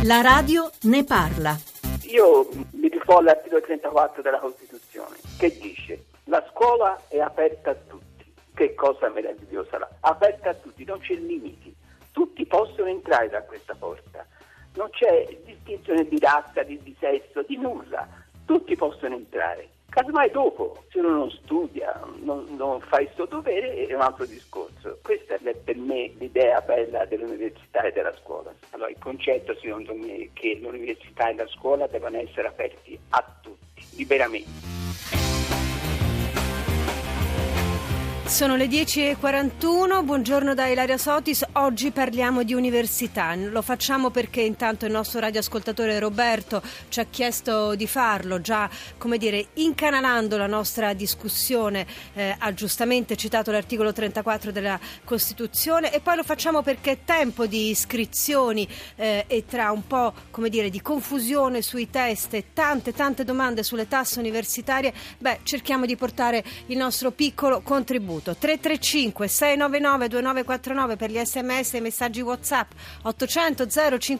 La radio ne parla. Io mi rifò all'articolo 34 della Costituzione, che dice: la scuola è aperta a tutti. Che cosa meravigliosa! Aperta a tutti, non c'è limiti. Tutti possono entrare da questa porta. Non c'è distinzione di razza, di sesso, di nulla. Tutti possono entrare. Casomai dopo, se uno non studia, non fa il suo dovere, è un altro discorso. Questa è per me l'idea bella dell'università e della scuola. Allora, il concetto secondo me è che l'università e la scuola devono essere aperti a tutti, liberamente. Sono le 10:41, buongiorno da Ilaria Sotis. Oggi parliamo di università. Lo facciamo perché intanto il nostro radioascoltatore Roberto ci ha chiesto di farlo, già incanalando la nostra discussione. Ha giustamente citato l'articolo 34 della Costituzione, e poi lo facciamo perché è tempo di iscrizioni e tra un po' di confusione sui test e tante domande sulle tasse universitarie, cerchiamo di portare il nostro piccolo contributo. 335 699 2949 per gli sms e i messaggi WhatsApp, 800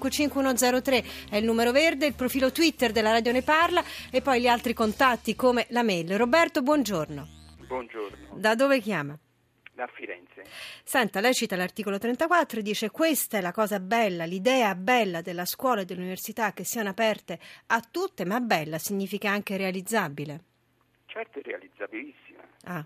055103 è il numero verde, il profilo Twitter della Radio Ne Parla e poi gli altri contatti come la mail. Roberto, buongiorno. Buongiorno. Da dove chiama? Da Firenze. Senta, lei cita l'articolo 34 e dice: questa è la cosa bella, l'idea bella della scuola e dell'università, che siano aperte a tutte, ma bella significa anche realizzabile. Certo, è realizzabilissima.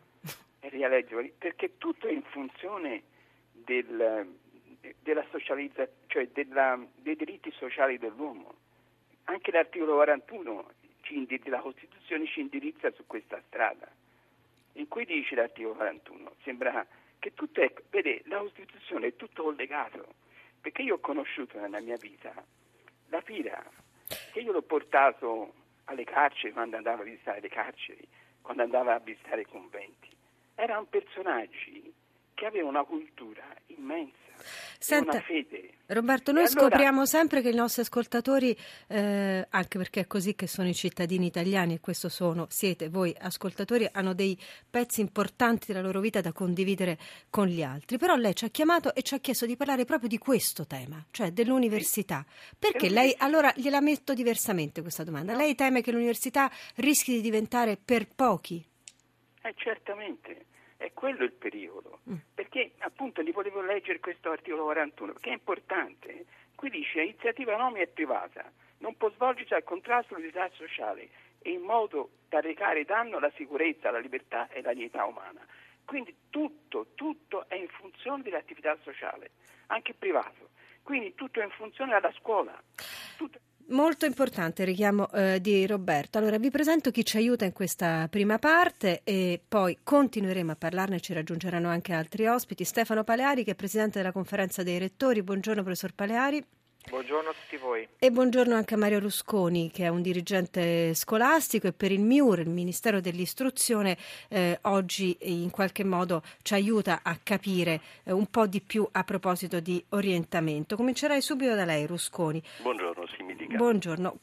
È realizzabile perché tutto è in funzione della socializzazione, cioè dei diritti sociali dell'uomo. Anche l'articolo 41 della Costituzione ci indirizza su questa strada, in cui dice l'articolo 41, sembra che tutto è, vede, la Costituzione è tutto collegato, perché io ho conosciuto nella mia vita la Pira, che io l'ho portato alle carceri quando andavo a visitare le carceri, quando andavo a visitare i conventi. Erano personaggi che avevano una cultura immensa. Senta, una fede. Roberto, noi scopriamo sempre che i nostri ascoltatori, anche perché è così che sono i cittadini italiani, e questo siete voi ascoltatori, hanno dei pezzi importanti della loro vita da condividere con gli altri. Però lei ci ha chiamato e ci ha chiesto di parlare proprio di questo tema, cioè dell'università. Perché lei, allora gliela metto diversamente questa domanda, lei teme che l'università rischi di diventare per pochi? Certamente, è quello il pericolo, perché appunto gli volevo leggere questo articolo 41, perché è importante. Qui dice: l'iniziativa economica è privata, non può svolgersi al contrasto dell'unità sociale e in modo da recare danno alla sicurezza, alla libertà e alla dignità umana. Quindi tutto è in funzione dell'attività sociale, anche privato. Quindi tutto è in funzione della scuola. Molto importante il richiamo di Roberto. Allora vi presento chi ci aiuta in questa prima parte e poi continueremo a parlarne, ci raggiungeranno anche altri ospiti. Stefano Paleari, che è presidente della conferenza dei rettori. Buongiorno professor Paleari. Buongiorno a tutti voi. E buongiorno anche a Mario Rusconi, che è un dirigente scolastico e per il MIUR, il Ministero dell'Istruzione, oggi in qualche modo ci aiuta a capire un po' di più a proposito di orientamento. Comincerei subito da lei, Rusconi. Buongiorno, sì, mi dica. Buongiorno.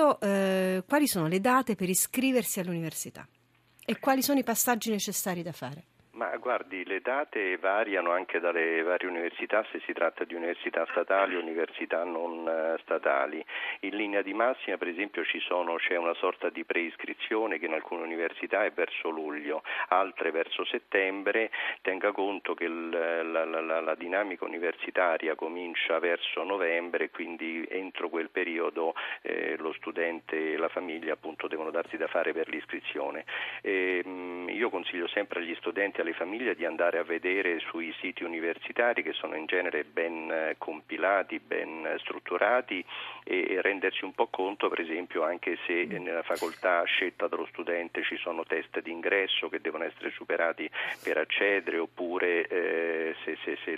Quali sono le date per iscriversi all'università e quali sono i passaggi necessari da fare? Ma guardi, le date variano anche dalle varie università, se si tratta di università statali o università non statali. In linea di massima, per esempio, c'è una sorta di preiscrizione che in alcune università è verso luglio, altre verso settembre. Tenga conto che la dinamica universitaria comincia verso novembre, quindi entro quel periodo lo studente e la famiglia appunto devono darsi da fare per l'iscrizione. Io consiglio sempre agli studenti e alle famiglie di andare a vedere sui siti universitari, che sono in genere ben compilati, ben strutturati, e rendersi un po' conto, per esempio, anche se nella facoltà scelta dallo studente ci sono test d'ingresso che devono essere superati per accedere, oppure se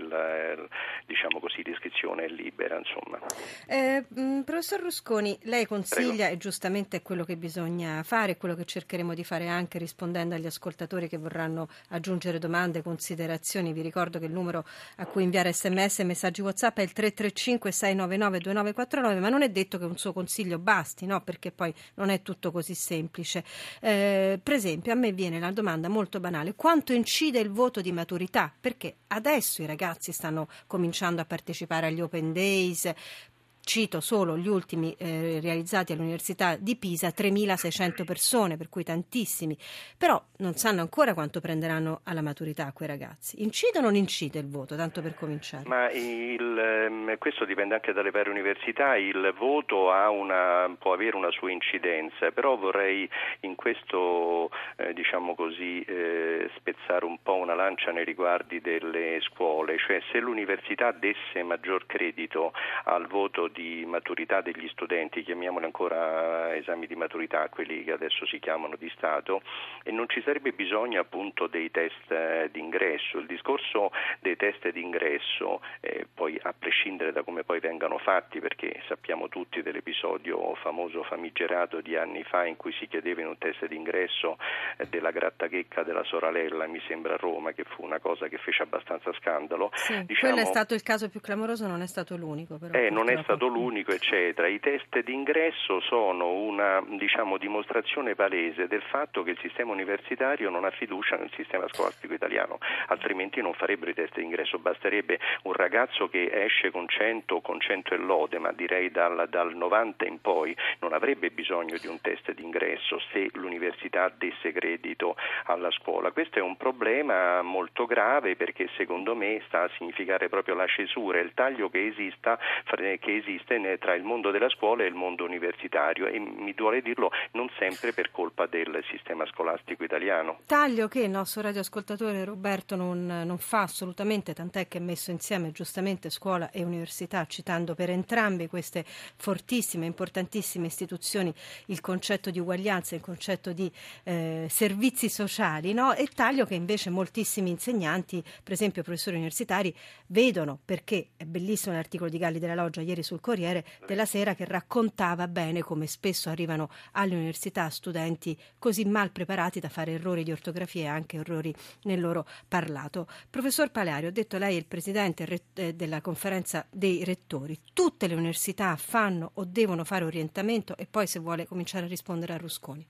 l'iscrizione è libera, insomma. Professor Rusconi, lei consiglia, Prego. e giustamente è quello che bisogna fare, quello che cercheremo di fare anche rispondendo agli ascoltatori che vorranno aggiungere domande, considerazioni. Vi ricordo che il numero a cui inviare sms e messaggi WhatsApp è il 335 699 2949, ma non è detto che un suo consiglio basti, no? Perché poi non è tutto così semplice. Per esempio, a me viene la domanda molto banale: quanto incide il voto di maturità? Perché adesso i ragazzi stanno cominciando a partecipare agli open days, Cito solo gli ultimi realizzati all'Università di Pisa, 3.600 persone, per cui tantissimi, però non sanno ancora quanto prenderanno alla maturità quei ragazzi. Incide o non incide il voto, tanto per cominciare? Ma questo dipende anche dalle varie università, il voto può avere una sua incidenza, però vorrei in questo spezzare un po' una lancia nei riguardi delle scuole, cioè se l'università desse maggior credito al voto di maturità degli studenti, chiamiamoli ancora esami di maturità, quelli che adesso si chiamano di Stato, e non ci sarebbe bisogno appunto dei test d'ingresso. Il discorso dei test d'ingresso, poi a prescindere da come poi vengano fatti, perché sappiamo tutti dell'episodio famoso famigerato di anni fa in cui si chiedeva in un test d'ingresso della grattachecca della sorella, mi sembra a Roma, che fu una cosa che fece abbastanza scandalo. Sì, quello è stato il caso più clamoroso, non è stato l'unico, però non è stato l'unico, eccetera. I test d'ingresso sono una dimostrazione palese del fatto che il sistema universitario non ha fiducia nel sistema scolastico italiano, altrimenti non farebbero i test d'ingresso. Basterebbe un ragazzo che esce con 100 e lode, ma direi dal 90 in poi, non avrebbe bisogno di un test d'ingresso se l'università desse credito alla scuola. Questo è un problema molto grave, perché secondo me sta a significare proprio la cesura, il taglio che esiste tra il mondo della scuola e il mondo universitario, e mi duole dirlo, non sempre per colpa del sistema scolastico italiano. Taglio che il nostro radioascoltatore Roberto non fa assolutamente, tant'è che ha messo insieme giustamente scuola e università, citando per entrambe queste fortissime, importantissime istituzioni il concetto di uguaglianza, il concetto di servizi sociali, no? E taglio che invece moltissimi insegnanti, per esempio professori universitari, vedono, perché è bellissimo l'articolo di Galli della Loggia ieri sul Corriere della Sera, che raccontava bene come spesso arrivano alle università studenti così mal preparati da fare errori di ortografia e anche errori nel loro parlato. Professor Paleari, ho detto lei è il presidente della conferenza dei rettori. Tutte le università fanno o devono fare orientamento? E poi, se vuole cominciare a rispondere a Rusconi.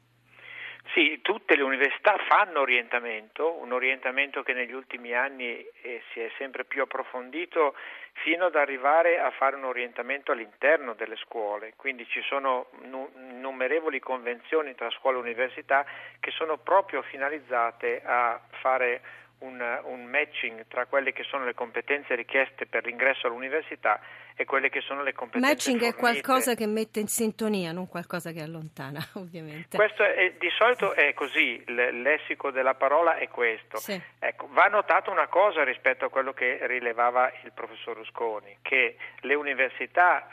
Sì, tutte le università fanno orientamento, un orientamento che negli ultimi anni si è sempre più approfondito, fino ad arrivare a fare un orientamento all'interno delle scuole. Quindi ci sono innumerevoli convenzioni tra scuole e università che sono proprio finalizzate a fare un matching tra quelle che sono le competenze richieste per l'ingresso all'università e quelle che sono le competenze matching fornite. È qualcosa che mette in sintonia, non qualcosa che allontana, ovviamente. Questo di solito è così, il lessico della parola è questo. Sì. Ecco, va notata una cosa rispetto a quello che rilevava il professor Rusconi, che le università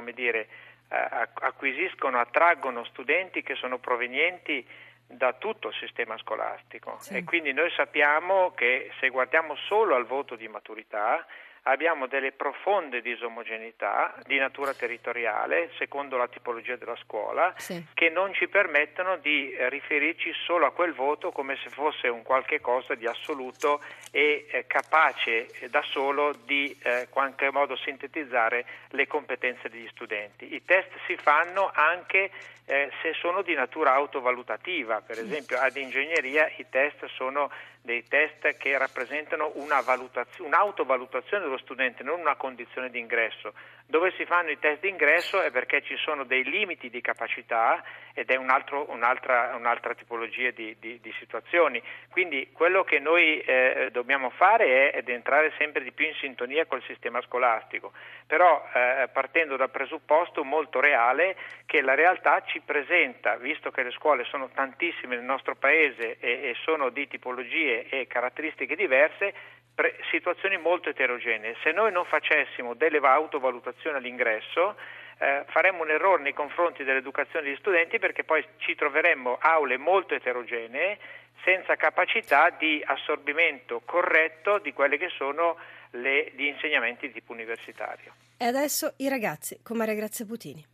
attraggono studenti che sono provenienti da tutto il sistema scolastico. Sì. E quindi noi sappiamo che se guardiamo solo al voto di maturità abbiamo delle profonde disomogeneità di natura territoriale, secondo la tipologia della scuola, sì, che non ci permettono di riferirci solo a quel voto come se fosse un qualche cosa di assoluto e capace da solo di qualche modo sintetizzare le competenze degli studenti. I test si fanno anche se sono di natura autovalutativa, per esempio ad ingegneria i test sono dei test che rappresentano un'autovalutazione dello studente, non una condizione di ingresso. Dove si fanno i test di ingresso è perché ci sono dei limiti di capacità ed è un'altra tipologia di situazioni. Quindi quello che noi dobbiamo fare è entrare sempre di più in sintonia col sistema scolastico, però partendo dal presupposto molto reale che la realtà ci presenta, visto che le scuole sono tantissime nel nostro paese e sono di tipologie e caratteristiche diverse, situazioni molto eterogenee. Se noi non facessimo delle autovalutazioni all'ingresso faremmo un errore nei confronti dell'educazione degli studenti, perché poi ci troveremmo aule molto eterogenee senza capacità di assorbimento corretto di quelle che sono gli insegnamenti di tipo universitario. E adesso i ragazzi con Maria Grazia Putini.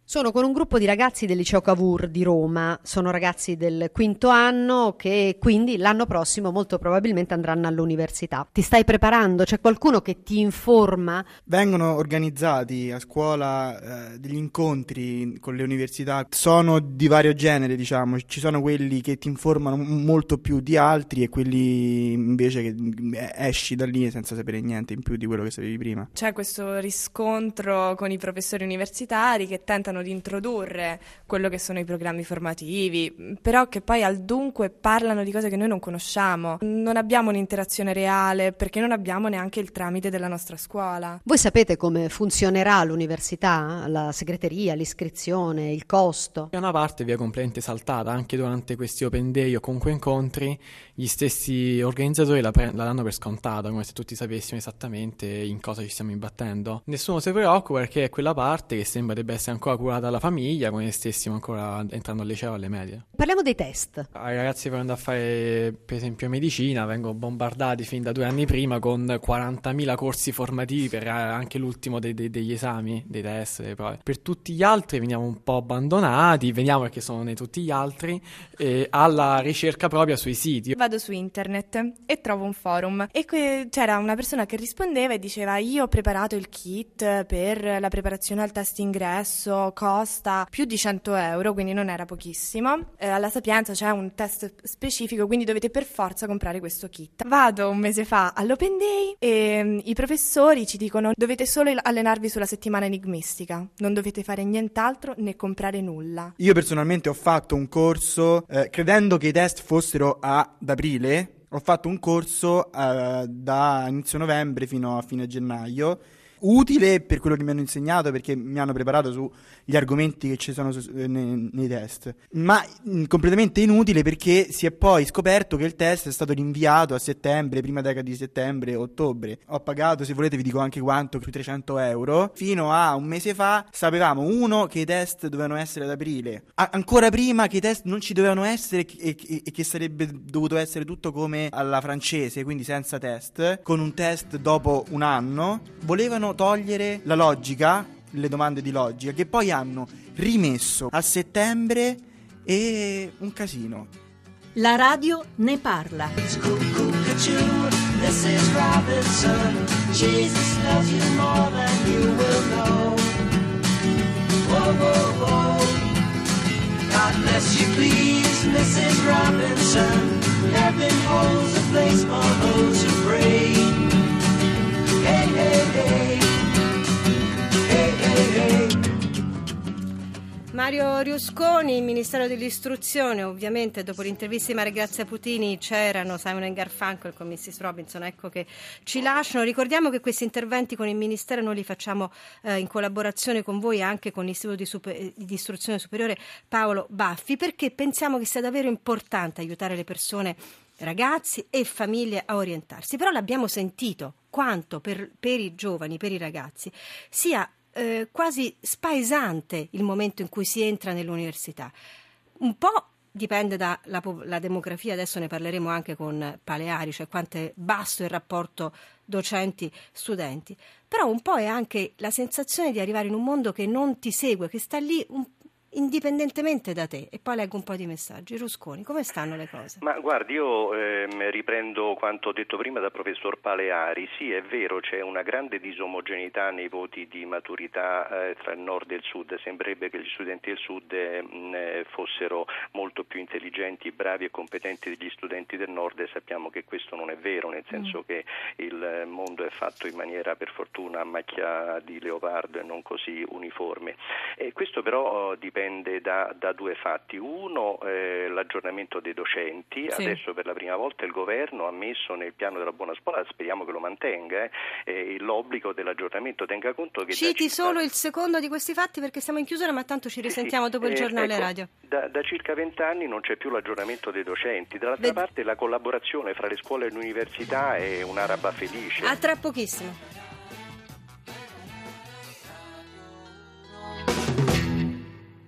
Sono con un gruppo di ragazzi del liceo Cavour di Roma, sono ragazzi del 5º anno che quindi l'anno prossimo molto probabilmente andranno all'università. Ti stai preparando? C'è qualcuno che ti informa? Vengono organizzati a scuola degli incontri con le università, sono di vario genere, diciamo, ci sono quelli che ti informano molto più di altri e quelli invece che esci da lì senza sapere niente in più di quello che sapevi prima. C'è questo riscontro con i professori universitari che tentano di introdurre quello che sono i programmi formativi, però che poi al dunque parlano di cose che noi non conosciamo. Non abbiamo un'interazione reale perché non abbiamo neanche il tramite della nostra scuola. Voi sapete come funzionerà l'università, la segreteria, l'iscrizione, il costo? Da una parte via completamente saltata, anche durante questi open day o comunque incontri gli stessi organizzatori la danno per scontata, come se tutti sapessimo esattamente in cosa ci stiamo imbattendo. Nessuno si preoccupa perché è quella parte che sembra debba essere ancora curata dalla famiglia, come se stessimo ancora entrando al liceo, alle medie. Parliamo dei test. I ragazzi che vanno a fare per esempio medicina vengono bombardati fin da 2 anni prima con 40.000 corsi formativi per anche l'ultimo degli esami, dei test, delle prove. Per tutti gli altri veniamo un po' abbandonati, veniamo perché sono nei tutti gli altri, alla ricerca propria sui siti. Vado su internet e trovo un forum e c'era una persona che rispondeva e diceva: io ho preparato il kit per la preparazione al test ingresso, costa più di 100 euro, quindi non era pochissimo. Alla Sapienza c'è un test specifico, quindi dovete per forza comprare questo kit. Vado un mese fa all'Open Day e i professori ci dicono: dovete solo allenarvi sulla settimana enigmistica, non dovete fare nient'altro né comprare nulla. Io personalmente ho fatto un corso credendo che i test fossero ad aprile. Ho fatto un corso da inizio novembre fino a fine gennaio, utile per quello che mi hanno insegnato perché mi hanno preparato sugli argomenti che ci sono nei test, ma completamente inutile perché si è poi scoperto che il test è stato rinviato a settembre, prima decade di settembre, ottobre. Ho pagato, se volete vi dico anche quanto, più 300 euro. Fino a un mese fa sapevamo, uno, che i test dovevano essere ad aprile, ancora prima che i test non ci dovevano essere e che sarebbe dovuto essere tutto come alla francese, quindi senza test, con un test dopo un anno. Volevano togliere la logica, le domande di logica, che poi hanno rimesso a settembre, e un casino. La radio ne parla. God bless you please, Mrs. Robinson. Heaven holds a place for those who pray. Hey, hey, hey. Hey, hey, hey. Mario Riusconi, Ministero dell'Istruzione. Ovviamente dopo l'intervista di Maria Grazia Putini c'erano Simon & Garfunkel con Mrs. Robinson, ecco che ci lasciano. Ricordiamo che questi interventi con il Ministero noi li facciamo in collaborazione con voi, anche con l'Istituto di Istruzione Superiore Paolo Baffi, perché pensiamo che sia davvero importante aiutare le persone, ragazzi e famiglie, a orientarsi. Però l'abbiamo sentito quanto per i giovani, per i ragazzi sia quasi spaesante il momento in cui si entra nell'università. Un po' dipende dalla demografia, adesso ne parleremo anche con Paleari, cioè quanto è basso il rapporto docenti-studenti, però un po' è anche la sensazione di arrivare in un mondo che non ti segue, che sta lì indipendentemente da te. E poi leggo un po' di messaggi. Rusconi, come stanno le cose? Ma guardi, io riprendo quanto detto prima dal professor Paleari. Sì, è vero, c'è una grande disomogeneità nei voti di maturità tra il nord e il sud. Sembrerebbe che gli studenti del sud fossero molto più intelligenti, bravi e competenti degli studenti del nord, e sappiamo che questo non è vero, nel senso che il mondo è fatto in maniera, per fortuna, a macchia di leopardo e non così uniforme. E questo però dipende da due fatti. Uno, l'aggiornamento dei docenti. Sì. Adesso per la prima volta il governo ha messo nel piano della buona scuola, speriamo che lo mantenga, l'obbligo dell'aggiornamento. Tenga conto che citi solo il secondo di questi fatti perché siamo in chiusura, ma tanto ci risentiamo dopo il giornale radio. Da circa 20 anni non c'è più l'aggiornamento dei docenti. Dall'altra parte la collaborazione fra le scuole e l'università è un'araba felice. A tra pochissimo.